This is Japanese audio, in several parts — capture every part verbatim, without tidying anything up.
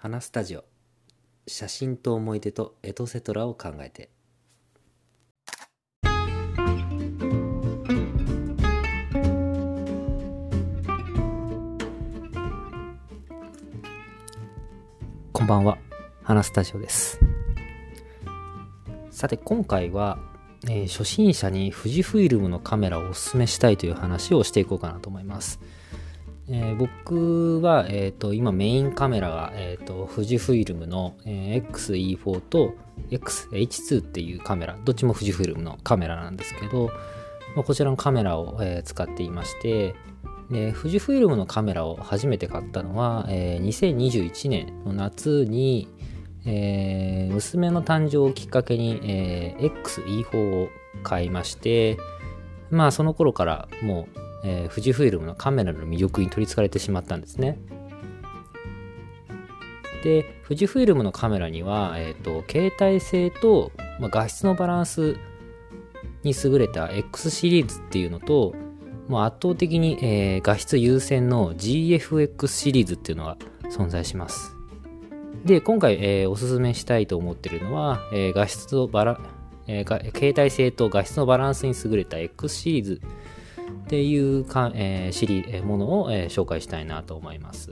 花スタジオ、写真と思い出とエトセトラを考えて。こんばんは、花スタジオです。さて今回は、えー、初心者に富士フイルムのカメラをおすすめしたいという話をしていこうかなと思います。えー、僕は、えー、と今メインカメラが、えー、と富士フイルムの、えー、エックスイーフォー と エックスエイチツー っていうカメラ、どっちも富士フイルムのカメラなんですけど、まあ、こちらのカメラを、えー、使っていまして、で富士フイルムのカメラを初めて買ったのは、えー、にせんにじゅういちねんの夏に、えー、娘の誕生をきっかけに、えー、エックスイーフォー を買いまして、まあその頃からもうえー、富士フイルムのカメラの魅力に取りつかれてしまったんですね。で、富士フイルムのカメラには、えーと、携帯性と、まあ、画質のバランスに優れた X シリーズっていうのと、まあ、圧倒的に、えー、画質優先の ジーエフエックス シリーズっていうのが存在します。で、今回、えー、おすすめしたいと思っているのは、えー、画質とバラ、えー、携帯性と画質のバランスに優れた X シリーズっていうか、えー、シリーものを、えー、紹介したいなと思います。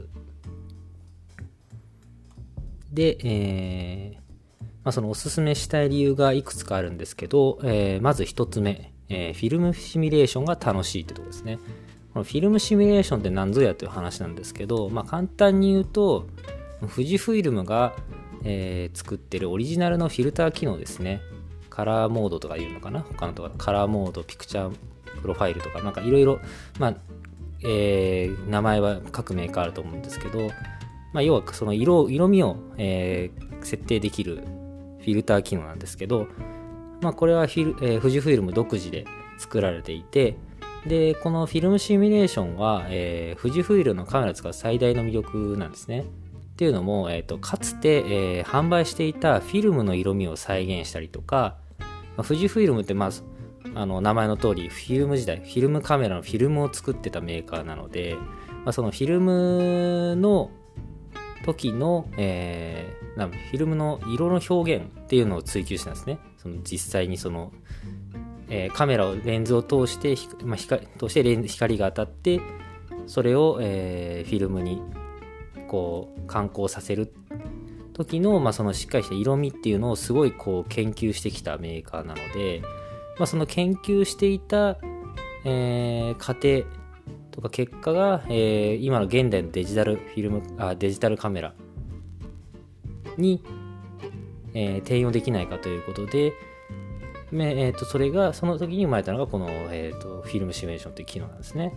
で、えーまあ、そのおすすめしたい理由がいくつかあるんですけど、えー、まず一つ目、えー、フィルムシミュレーションが楽しいってところですね。このフィルムシミュレーションって何ぞやという話なんですけど、まあ、簡単に言うと富士フイルムが、えー、作ってるオリジナルのフィルター機能ですね。カラーモードとか言うのかな、他のところカラーモード、ピクチャープロファイルとかなんかいろいろ、まあえー、名前は各メーカーあると思うんですけど、まあ、要はその 色, 色味を、えー、設定できるフィルター機能なんですけど、まあ、これはフィル、えー、富士フイルム独自で作られていて、でこのフィルムシミュレーションは、えー、富士フイルムのカメラを使う最大の魅力なんですね。っていうのも、えー、とかつて、えー、販売していたフィルムの色味を再現したりとか、まあ、富士フイルムってまああの名前の通りフィルム時代、フィルムカメラのフィルムを作ってたメーカーなので、まあ、そのフィルムの時の、えー、なんフィルムの色の表現っていうのを追求したんですね。その実際にその、えー、カメラをレンズを通して、まあ、光通してレンズ光が当たってそれを、えー、フィルムにこう観光させる時の、まあ、そのしっかりした色味っていうのをすごいこう研究してきたメーカーなので、まあ、その研究していた、えー、過程とか結果が、えー、今の現代のデジタルフィルムあデジタルカメラに、えー、転用できないかということで、えー、とそれがその時に生まれたのがこの、えー、とフィルムシミュレーションという機能なんですね。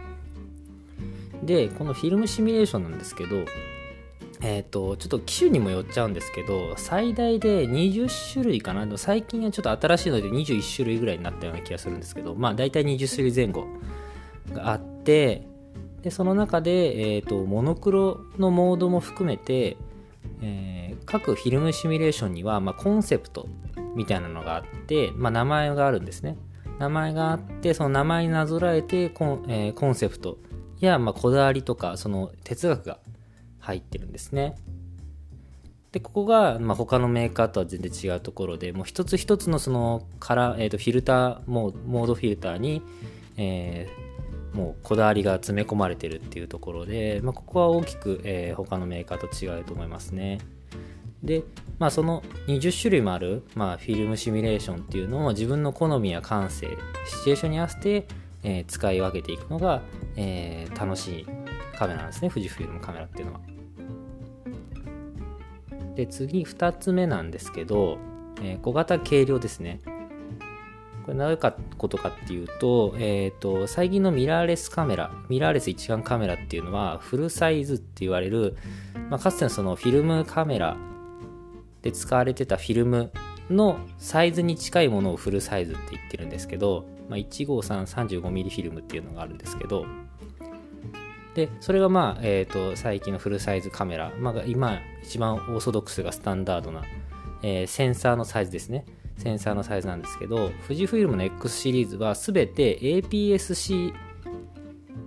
でこのフィルムシミュレーションなんですけど、えー、とちょっと機種にもよっちゃうんですけど、最大でにじゅっしゅるいかな。最近はちょっと新しいのでにじゅういっしゅるいぐらいになったような気がするんですけど、まあ大体にじゅっしゅるいぜん後があって、でその中で、えー、とモノクロのモードも含めて、えー、各フィルムシミュレーションには、まあ、コンセプトみたいなのがあって、まあ、名前があるんですね。名前があって、その名前になぞらえてコン、えー、コンセプトや、まあ、こだわりとかその哲学が入ってるんですね。でここが、まあ、他のメーカーとは全然違うところで、もう一つ一つのそのカラー、えー、とフィルターモード、モードフィルターに、えー、もうこだわりが詰め込まれてるっていうところで、まあ、ここは大きく、えー、他のメーカーと違うと思いますね。で、まあ、そのにじゅっしゅるいもある、まあ、フィルムシミュレーションっていうのを自分の好みや感性、シチュエーションに合わせて、えー、使い分けていくのが、えー、楽しいカメラなんですね、富士フイルムカメラっていうのは。で次ふたつめなんですけど、えー、小型軽量ですね。これなぜかことかっていうと、えーと、最近のミラーレスカメラ、ミラーレス一眼カメラっていうのはフルサイズって言われる、まあ、かつてのそのフィルムカメラで使われてたフィルムのサイズに近いものをフルサイズって言ってるんですけど、まあ、いちごさん さんじゅうごミリ フィルムっていうのがあるんですけど、でそれがまあ、えーと、最近のフルサイズカメラ、まあ、今一番オーソドックスがスタンダードな、えー、センサーのサイズですね。センサーのサイズなんですけど、富士フイルムの X シリーズは全て エーピーエスシー って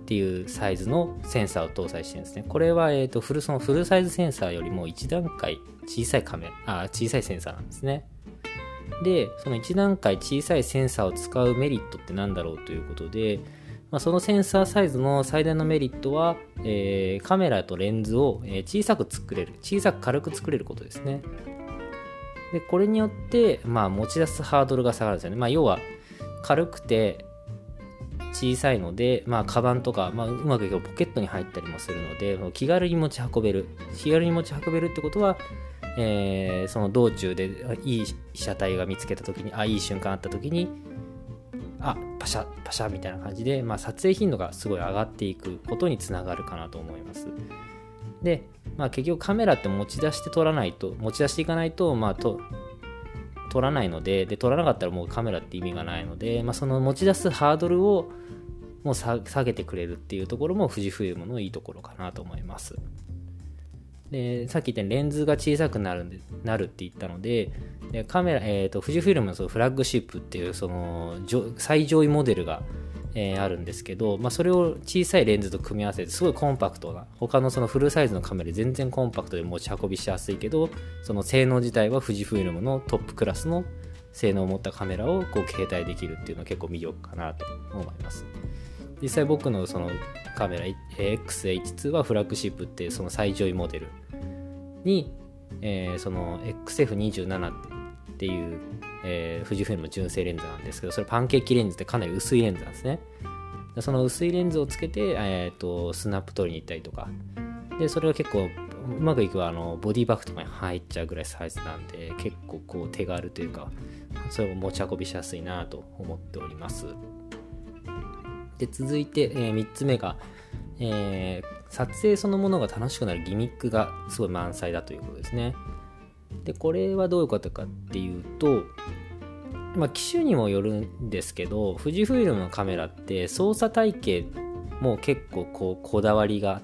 っていうサイズのセンサーを搭載してるんですね。これは、えーと、フル、そのフルサイズセンサーよりもいち段階小さいカメラ、あ、小さいセンサーなんですね。で、そのいち段階小さいセンサーを使うメリットって何だろうということで、まあ、そのセンサーサイズの最大のメリットは、えー、カメラとレンズを小さく作れる、小さく軽く作れることですね。で、これによって、まあ、持ち出すハードルが下がるんですよね。まあ、要は軽くて小さいので、まあ、カバンとか、まあ、うまくいけばポケットに入ったりもするので、気軽に持ち運べる。気軽に持ち運べるってことは、えー、その道中でいい被写体が見つけたときに、あ、いい瞬間あったときに、あ、パシャパシャみたいな感じで、まあ、撮影頻度がすごい上がっていくことにつながるかなと思います。で、まあ、結局カメラって持ち出して撮らないと、持ち出していかないと、まあ、と撮らないので、で、撮らなかったらもうカメラって意味がないので、まあ、その持ち出すハードルをもう下げてくれるっていうところも富士フイルムのいいところかなと思います。で、さっき言ったようにレンズが小さくなるんでなるって言ったので、でカメラ、えーと、富士フイルムのそのフラッグシップっていうその最上位モデルが、えー、あるんですけど、まあ、それを小さいレンズと組み合わせてすごいコンパクトな、他のそのフルサイズのカメラで全然コンパクトで持ち運びしやすいけど、その性能自体は富士フイルムのトップクラスの性能を持ったカメラをこう携帯できるっていうのは結構魅力かなと思います。実際僕のそのカメラ エックスエイチツー はフラッグシップっていうその最上位モデルに、えー、その エックスエフにじゅうなな っていう、えー、富士フイルム純正レンズなんですけど、それパンケーキレンズってかなり薄いレンズなんですね。その薄いレンズをつけて、えー、とスナップ撮りに行ったりとかで、それは結構うまくいくばあのボディバッグとかに入っちゃうぐらいサイズなんで、結構こう手軽というかそれを持ち運びしやすいなと思っております。で、続いて、えー、みっつめが、えー、撮影そのものが楽しくなるギミックがすごい満載だということですね。で、これはどういうことかっていうと、まあ、機種にもよるんですけど、富士フイルムのカメラって操作体系も結構こうこだわりがあって、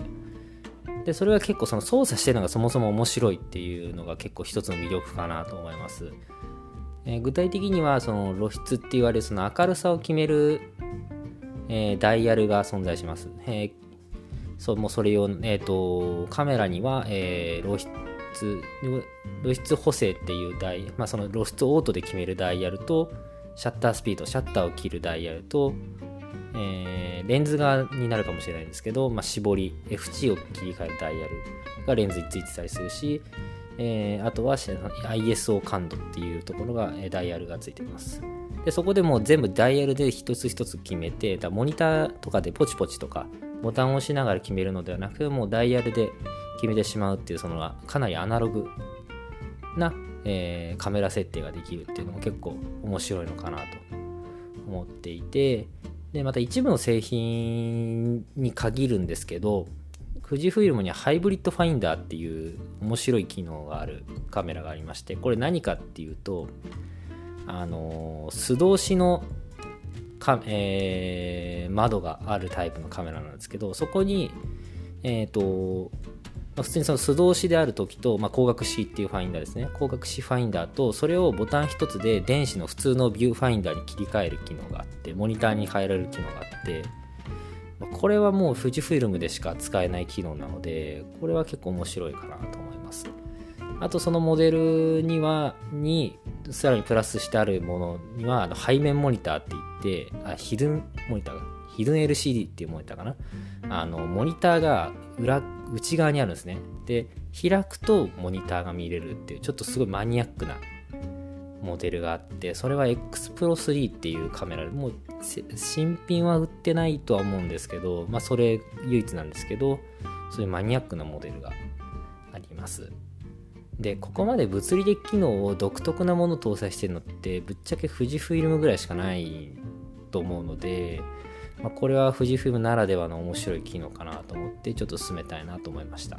でそれは結構その操作してるのがそもそも面白いっていうのが結構一つの魅力かなと思います。えー、具体的にはその露出って言われるその明るさを決める、えー、ダイヤルが存在します。えー、そうもうそれ用、えーと、カメラには、えー、露出露出補正っていうダイ、まあ、その露出をオートで決めるダイヤルと、シャッタースピード、シャッターを切るダイヤルと、えー、レンズ側になるかもしれないんですけど、まあ、絞り エフジー を切り替えるダイヤルがレンズについてたりするし、えー、あとは アイエスオー 感度っていうところがダイヤルがついています。でそこでもう全部ダイヤルで一つ一つ決めて、だモニターとかでポチポチとかボタンを押しながら決めるのではなく、もうダイヤルで決めてしまうっていう、そのかなりアナログな、えー、カメラ設定ができるっていうのも結構面白いのかなと思っていて、でまた一部の製品に限るんですけど、富士フイルムにはハイブリッドファインダーっていう面白い機能があるカメラがありまして、これ何かっていうと、あのー、素通しのか、えー、窓があるタイプのカメラなんですけど、そこにえっと普通にその素通しであるときと、まあ、光学視っていうファインダーですね。光学視ファインダーと、それをボタン一つで電子の普通のビューファインダーに切り替える機能があって、モニターに変えられる機能があって、これはもう富士フイルムでしか使えない機能なので、これは結構面白いかなと思います。あとそのモデルには、に、さらにプラスしてあるものには、あの背面モニターって言って、あ、ヒルンモニターが、ヒルン エルシーディー っていうモニターかな。あの、モニターが裏、内側にあるんですね。で、開くとモニターが見れるっていう、ちょっとすごいマニアックなモデルがあって、それは エックスプロスリー っていうカメラで、もう新品は売ってないとは思うんですけど、まあそれ唯一なんですけど、そういうマニアックなモデルがあります。で、ここまで物理的機能を独特なものを搭載してるのって、ぶっちゃけ富士フイルムぐらいしかないと思うので、まあ、これは富士フイルムならではの面白い機能かなと思ってちょっと進めたいなと思いました。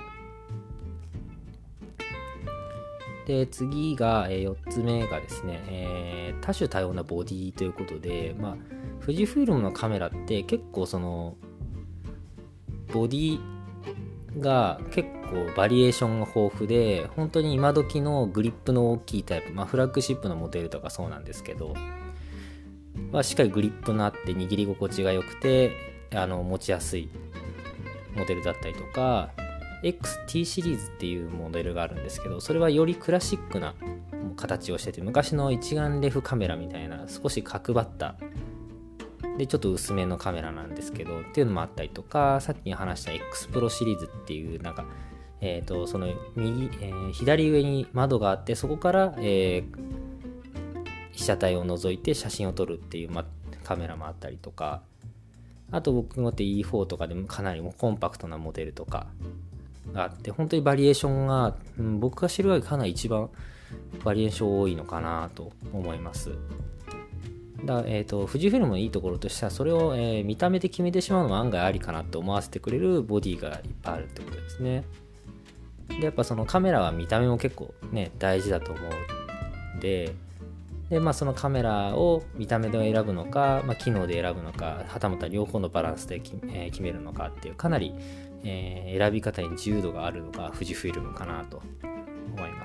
で、次がよっつめがですね、えー、多種多様なボディということで、まあ、富士フイルムのカメラって結構そのボディが結構バリエーションが豊富で、本当に今時のグリップの大きいタイプ、まあ、フラッグシップのモデルとかそうなんですけど、まあ、しっかりグリップのあって握り心地が良くて、 あの持ちやすいモデルだったりとか、 エックスティー シリーズっていうモデルがあるんですけど、それはよりクラシックな形をしてて、昔の一眼レフカメラみたいな少し角張ったでちょっと薄めのカメラなんですけどっていうのもあったりとか、さっき話した X プロシリーズっていうなんかえーとその右、えー、左上に窓があって、そこから、えー、被写体を覗いて写真を撮るっていう、ま、カメラもあったりとか、あと僕が持って イーフォー とかでもかなりもコンパクトなモデルとかがあって、本当にバリエーションが、うん、僕が知る限りかなり一番バリエーション多いのかなと思います。だえーと富士フィルムのいいところとしては、それを、えー、見た目で決めてしまうのも案外ありかなと思わせてくれるボディがいっぱいあるってことですね。でやっぱそのカメラは見た目も結構ね大事だと思うんで、で、まあ、そのカメラを見た目で選ぶのか、まあ、機能で選ぶのか、はたまた両方のバランスでき、えー、決めるのかっていう、かなり、えー、選び方に自由度があるのが富士フイルムかなと思います。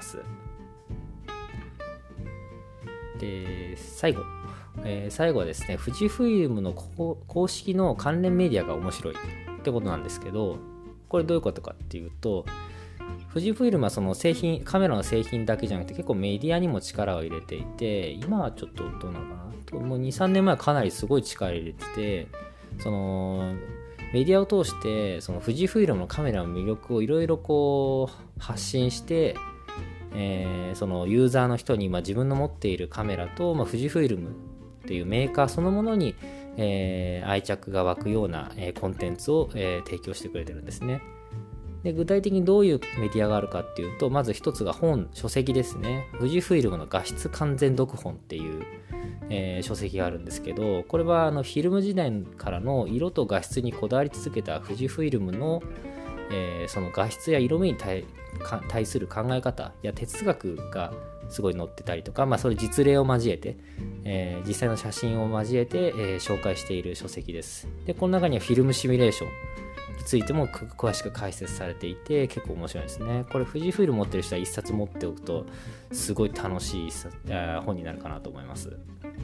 で最後、えー、最後はですね、富士フイルムの公式の関連メディアが面白いってことなんですけど、これどういうことかっていうと、富士フイルムはその製品、カメラの製品だけじゃなくて結構メディアにも力を入れていて、今はちょっとどうなのかな、もうにさんねんまえはかなりすごい力入れてて、そのメディアを通してその富士フイルムのカメラの魅力をいろいろこう発信して、えー、そのユーザーの人に、まあ、自分の持っているカメラと、まあ、富士フイルムっていうメーカーそのものに、えー、愛着が湧くような、えー、コンテンツを、えー、提供してくれてるんですね。で具体的にどういうメディアがあるかっていうと、まず一つが本、書籍ですね。富士フイルムの画質完全読本っていう、えー、書籍があるんですけど、これはあのフィルム時代からの色と画質にこだわり続けた富士フイルムの、えー、その画質や色味に 対, 対する考え方や哲学がすごい載ってたりとか、まあ、それ実例を交えて、えー、実際の写真を交えて、えー、紹介している書籍です。でこの中にはフィルムシミュレーションについても詳しく解説されていて結構面白いですね。これ富士フイルム持ってる人は一冊持っておくとすごい楽しい一冊本になるかなと思います。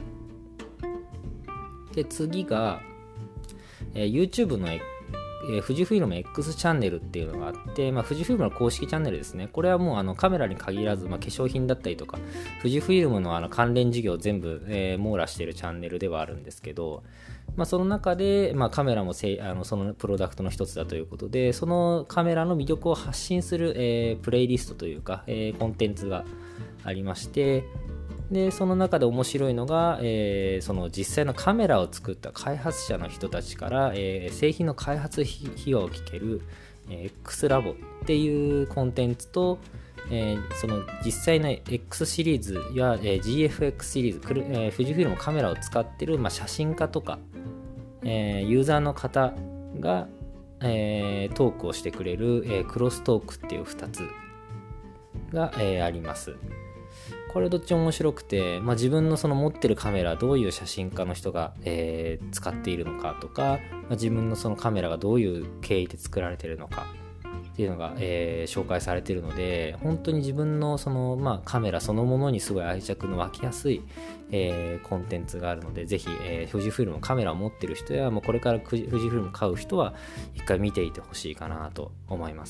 で次が、えー、YouTube の、えー、富士フイルム X チャンネルっていうのがあって、まあ、富士フイルムの公式チャンネルですね。これはもうあのカメラに限らず、まあ、化粧品だったりとか富士フイルムのあの関連事業を全部、えー、網羅しているチャンネルではあるんですけど、まあ、その中で、まあ、カメラもせあのそのプロダクトの一つだということで、そのカメラの魅力を発信する、えー、プレイリストというか、えー、コンテンツがありまして、でその中で面白いのが、えー、その実際のカメラを作った開発者の人たちから、えー、製品の開発費用を聞ける、えー、X ラボっていうコンテンツと、えー、その実際の X シリーズや、えー、ジーエフエックス シリーズ、えー、富士フイルムカメラを使っている、まあ、写真家とか、えー、ユーザーの方が、えー、トークをしてくれる、えー、クロストークっていうふたつが、えー、あります。これどっちも面白くて、まあ、自分のその持ってるカメラどういう写真家の人が、えー、使っているのかとか、まあ、自分のそのカメラがどういう経緯で作られているのかっていうのが、えー、紹介されているので、本当に自分のその、まあ、カメラそのものにすごい愛着の湧きやすい、えー、コンテンツがあるので、ぜひ、えー、富士フイルムのカメラを持っている人や、もうこれから富士フイルム買う人は一回見ていてほしいかなと思います。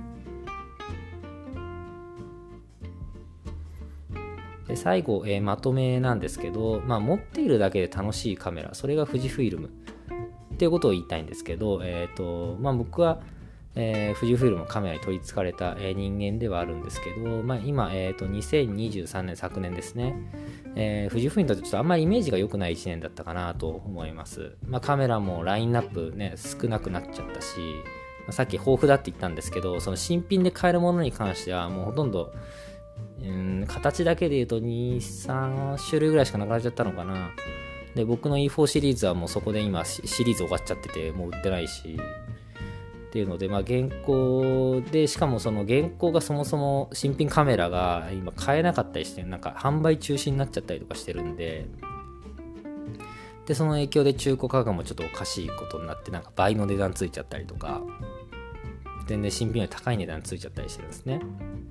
で最後、えー、まとめなんですけど、まあ、持っているだけで楽しいカメラ、それが富士フイルムっていうことを言いたいんですけど、えーとまあ、僕は、えー、富士フイルムのカメラに取りつかれた、えー、人間ではあるんですけど、まあ、今、えーと、にせんにじゅうさんねん、昨年ですね、えー、富士フイルムだとちょっとあんまりイメージが良くないいちねんだったかなと思います。まあ、カメラもラインナップ、ね、少なくなっちゃったし、まあ、さっき豊富だって言ったんですけど、その新品で買えるものに関してはもうほとんどうん、形だけで言うとに、さん種類ぐらいしかなくなっちゃったのかな。で僕の イーフォー シリーズはもうそこで今シリーズ終わっちゃっててもう売ってないしっていうので、まあ、現行でしかもその現行がそもそも新品カメラが今買えなかったりして、なんか販売中止になっちゃったりとかしてるんで、でその影響で中古価格もちょっとおかしいことになって、なんか倍の値段ついちゃったりとか、全然新品より高い値段ついちゃったりしてるんですね。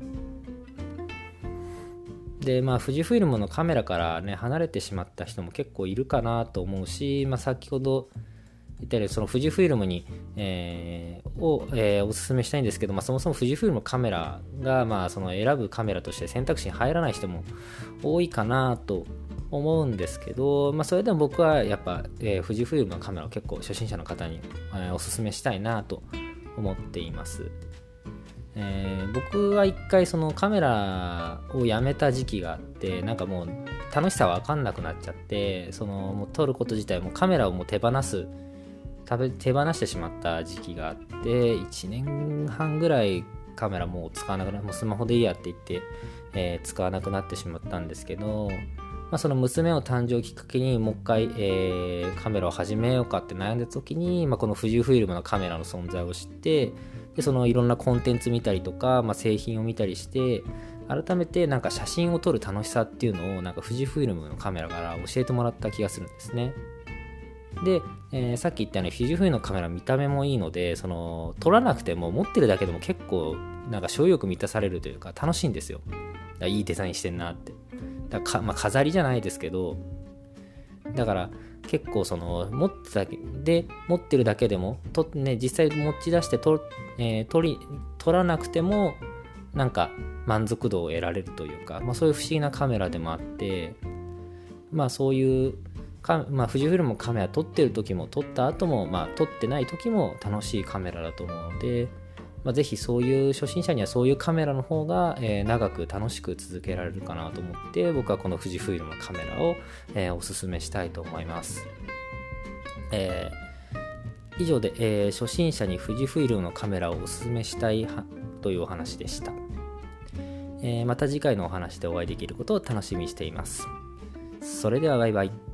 でまあ、富士フイルムのカメラから、ね、離れてしまった人も結構いるかなと思うし、まあ、先ほど、 言ったようにその富士フイルムに、えー、を、えー、おすすめしたいんですけど、まあ、そもそも富士フイルムのカメラが、まあ、その選ぶカメラとして選択肢に入らない人も多いかなと思うんですけど、まあ、それでも僕はやっぱ、えー、富士フイルムのカメラを結構初心者の方に、えー、おすすめしたいなと思っています。えー、僕は一回そのカメラをやめた時期があって、なんかもう楽しさは分かんなくなっちゃって、そのもう撮ること自体もカメラをもう手放す手放してしまった時期があって、いちねんはんぐらいカメラもう使わなくなもうスマホでいいやって言って、えー、使わなくなってしまったんですけど、まあ、その娘を誕生をきっかけにもう一回、えー、カメラを始めようかって悩んだ時に、まあ、この富士フイルムのカメラの存在を知って、でそのいろんなコンテンツ見たりとか、まあ、製品を見たりして、改めてなんか写真を撮る楽しさっていうのをなんか富士フイルムのカメラから教えてもらった気がするんですね。で、えー、さっき言ったように富士フイルムのカメラ見た目もいいので、その撮らなくても持ってるだけでも結構なんか所有欲満たされるというか楽しいんですよ。だいいデザインしてんなって。だか、まあ、飾りじゃないですけど、だから結構その持ってだけで持ってるだけでもと、ね、実際持ち出して撮、えー、撮り撮らなくてもなんか満足度を得られるというか、まあ、そういう不思議なカメラでもあって、まあそういうか、まあ、富士フイルムのカメラ撮ってる時も撮った後も、まあ撮ってない時も楽しいカメラだと思うので、まあ、ぜひそういう初心者にはそういうカメラの方が、えー、長く楽しく続けられるかなと思って、僕はこの富士フイルムのカメラを、えー、おすすめしたいと思います。えー、以上で、えー、初心者に富士フイルムのカメラをおすすめしたいというお話でした。えー、また次回のお話でお会いできることを楽しみにしています。それではバイバイ。